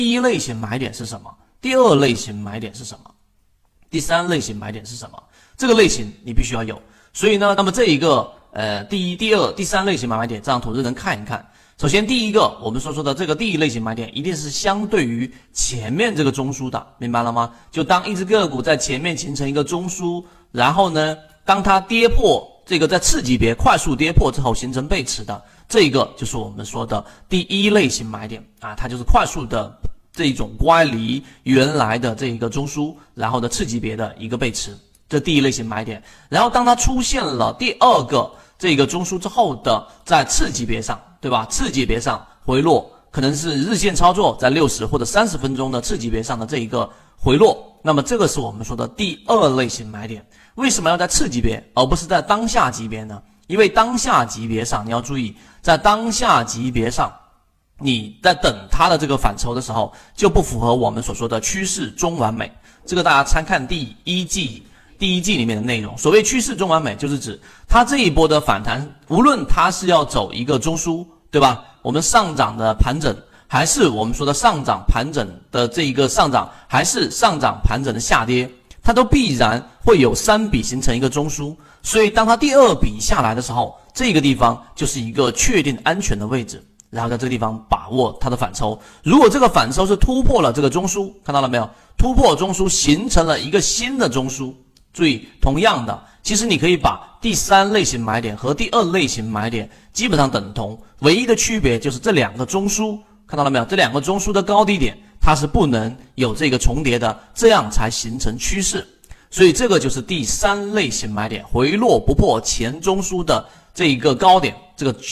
第一类型买点是什么？第二类型买点是什么？第三类型买点是什么？这个类型你必须要有。所以呢，那么这一个第一、第二、第三类型买点，这张图就能看一看。首先第一个我们所说的这个第一类型买点一定是相对于前面这个中枢的，明白了吗？就当一只个股在前面形成一个中枢，然后呢当它跌破这个在次级别快速跌破之后形成背驰的，这个就是我们说的第一类型买点啊，它就是快速的这种乖离原来的这一个中枢，然后的次级别的一个背驰，这第一类型买点。然后当它出现了第二个这个中枢之后的在次级别上，对吧？次级别上回落，可能是日线操作在60或者30分钟的次级别上的这一个回落，那么这个是我们说的第二类型买点。为什么要在次级别而不是在当下级别呢？因为当下级别上你要注意，在当下级别上你在等它的这个反抽的时候就不符合我们所说的趋势中完美，这个大家参看第一季里面的内容。所谓趋势中完美，就是指它这一波的反弹，无论它是要走一个中枢，对吧？我们上涨的盘整，还是我们说的上涨盘整的这一个上涨，还是上涨盘整的下跌，它都必然会有3笔形成一个中枢。所以当它第2笔下来的时候，这个地方就是一个确定安全的位置，然后在这个地方把握它的反抽。如果这个反抽是突破了这个中枢，看到了没有？突破中枢形成了一个新的中枢。注意，同样的，其实你可以把第3类型买点和第2类型买点基本上等同，唯一的区别就是这2个中枢，看到了没有？这2个中枢的高低点它是不能有这个重叠的，这样才形成趋势。所以这个就是第3类型买点，回落不破前中枢的这一个高点，这个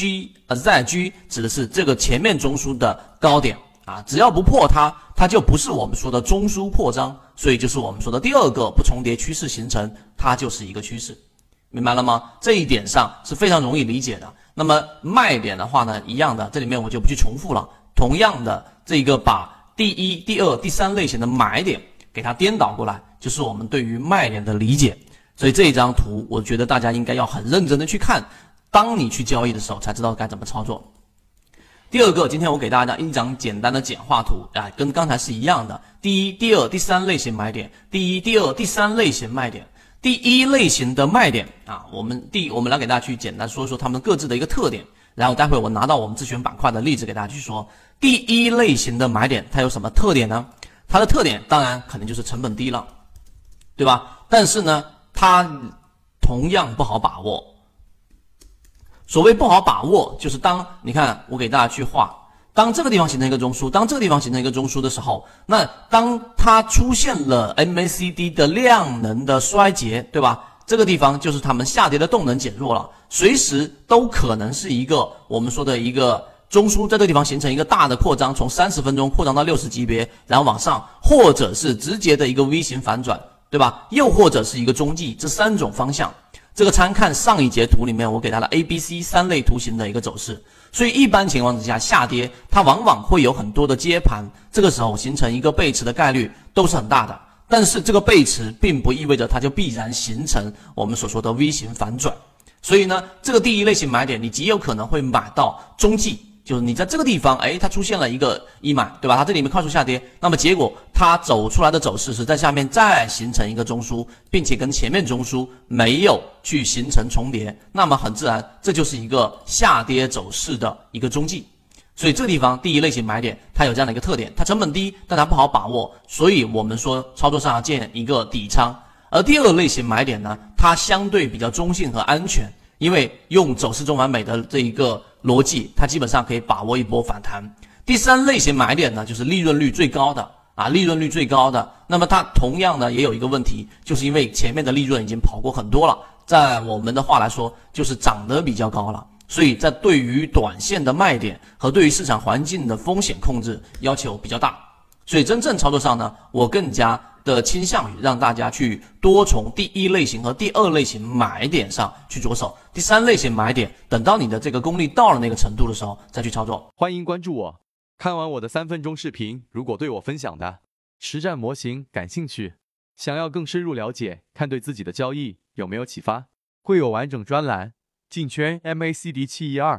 ZG 指的是这个前面中枢的高点啊，只要不破它，它就不是我们说的中枢扩张，所以就是我们说的第2个不重叠趋势形成，它就是一个趋势，明白了吗？这一点上是非常容易理解的。那么卖点的话呢，一样的，这里面我就不去重复了。同样的，这个把第1、第2、第3类型的买点给它颠倒过来，就是我们对于卖点的理解。所以这一张图我觉得大家应该要很认真的去看，当你去交易的时候才知道该怎么操作。第2个，今天我给大家一张简单的简化图啊，跟刚才是一样的。第1、第2、第3类型买点，第1、第2、第3类型卖点。第1类型的卖点啊，我们来给大家去简单说一说他们各自的一个特点，然后待会我拿到我们自选板块的例子给大家去说。第1类型的买点它有什么特点呢？它的特点当然肯定就是成本低了，对吧？但是呢，它同样不好把握。所谓不好把握，就是当你看我给大家去画，当这个地方形成一个中枢，当这个地方形成一个中枢的时候，那当它出现了 MACD 的量能的衰竭，对吧？这个地方就是它们下跌的动能减弱了，随时都可能是一个我们说的一个中枢，在这个地方形成一个大的扩张，从30分钟扩张到60级别，然后往上，或者是直接的一个 V 型反转，对吧？又或者是一个中继，这3种方向。这个参看上一节图里面我给它的 ABC3 类图形的一个走势。所以一般情况之下下跌它往往会有很多的接盘，这个时候形成一个背驰的概率都是很大的，但是这个背驰并不意味着它就必然形成我们所说的 V 型反转。所以呢，这个第1类型买点你极有可能会买到中继，就是你在这个地方它出现了一个一买，对吧？它这里面快速下跌，那么结果它走出来的走势是在下面再形成一个中枢，并且跟前面中枢没有去形成重叠，那么很自然这就是一个下跌走势的一个中继。所以这个地方第1类型买点它有这样的一个特点，它成本低，但它不好把握，所以我们说操作上要建一个底仓。而第2类型买点呢，它相对比较中性和安全，因为用走势中完美的这一个逻辑，它基本上可以把握一波反弹。第3类型买点呢，就是利润率最高的啊，利润率最高的。那么它同样呢也有一个问题，就是因为前面的利润已经跑过很多了，在我们的话来说就是涨得比较高了，所以在对于短线的卖点和对于市场环境的风险控制要求比较大。所以真正操作上呢，我更加的倾向于让大家去多从第1类型和第2类型买点上去着手，第3类型买点等到你的这个功力到了那个程度的时候再去操作。 欢迎关注我。看完我的3分钟视频，如果对我分享的实战模型感兴趣，想要更深入了解，看对自己的交易有没有启发，会有完整专栏进圈 MACD 712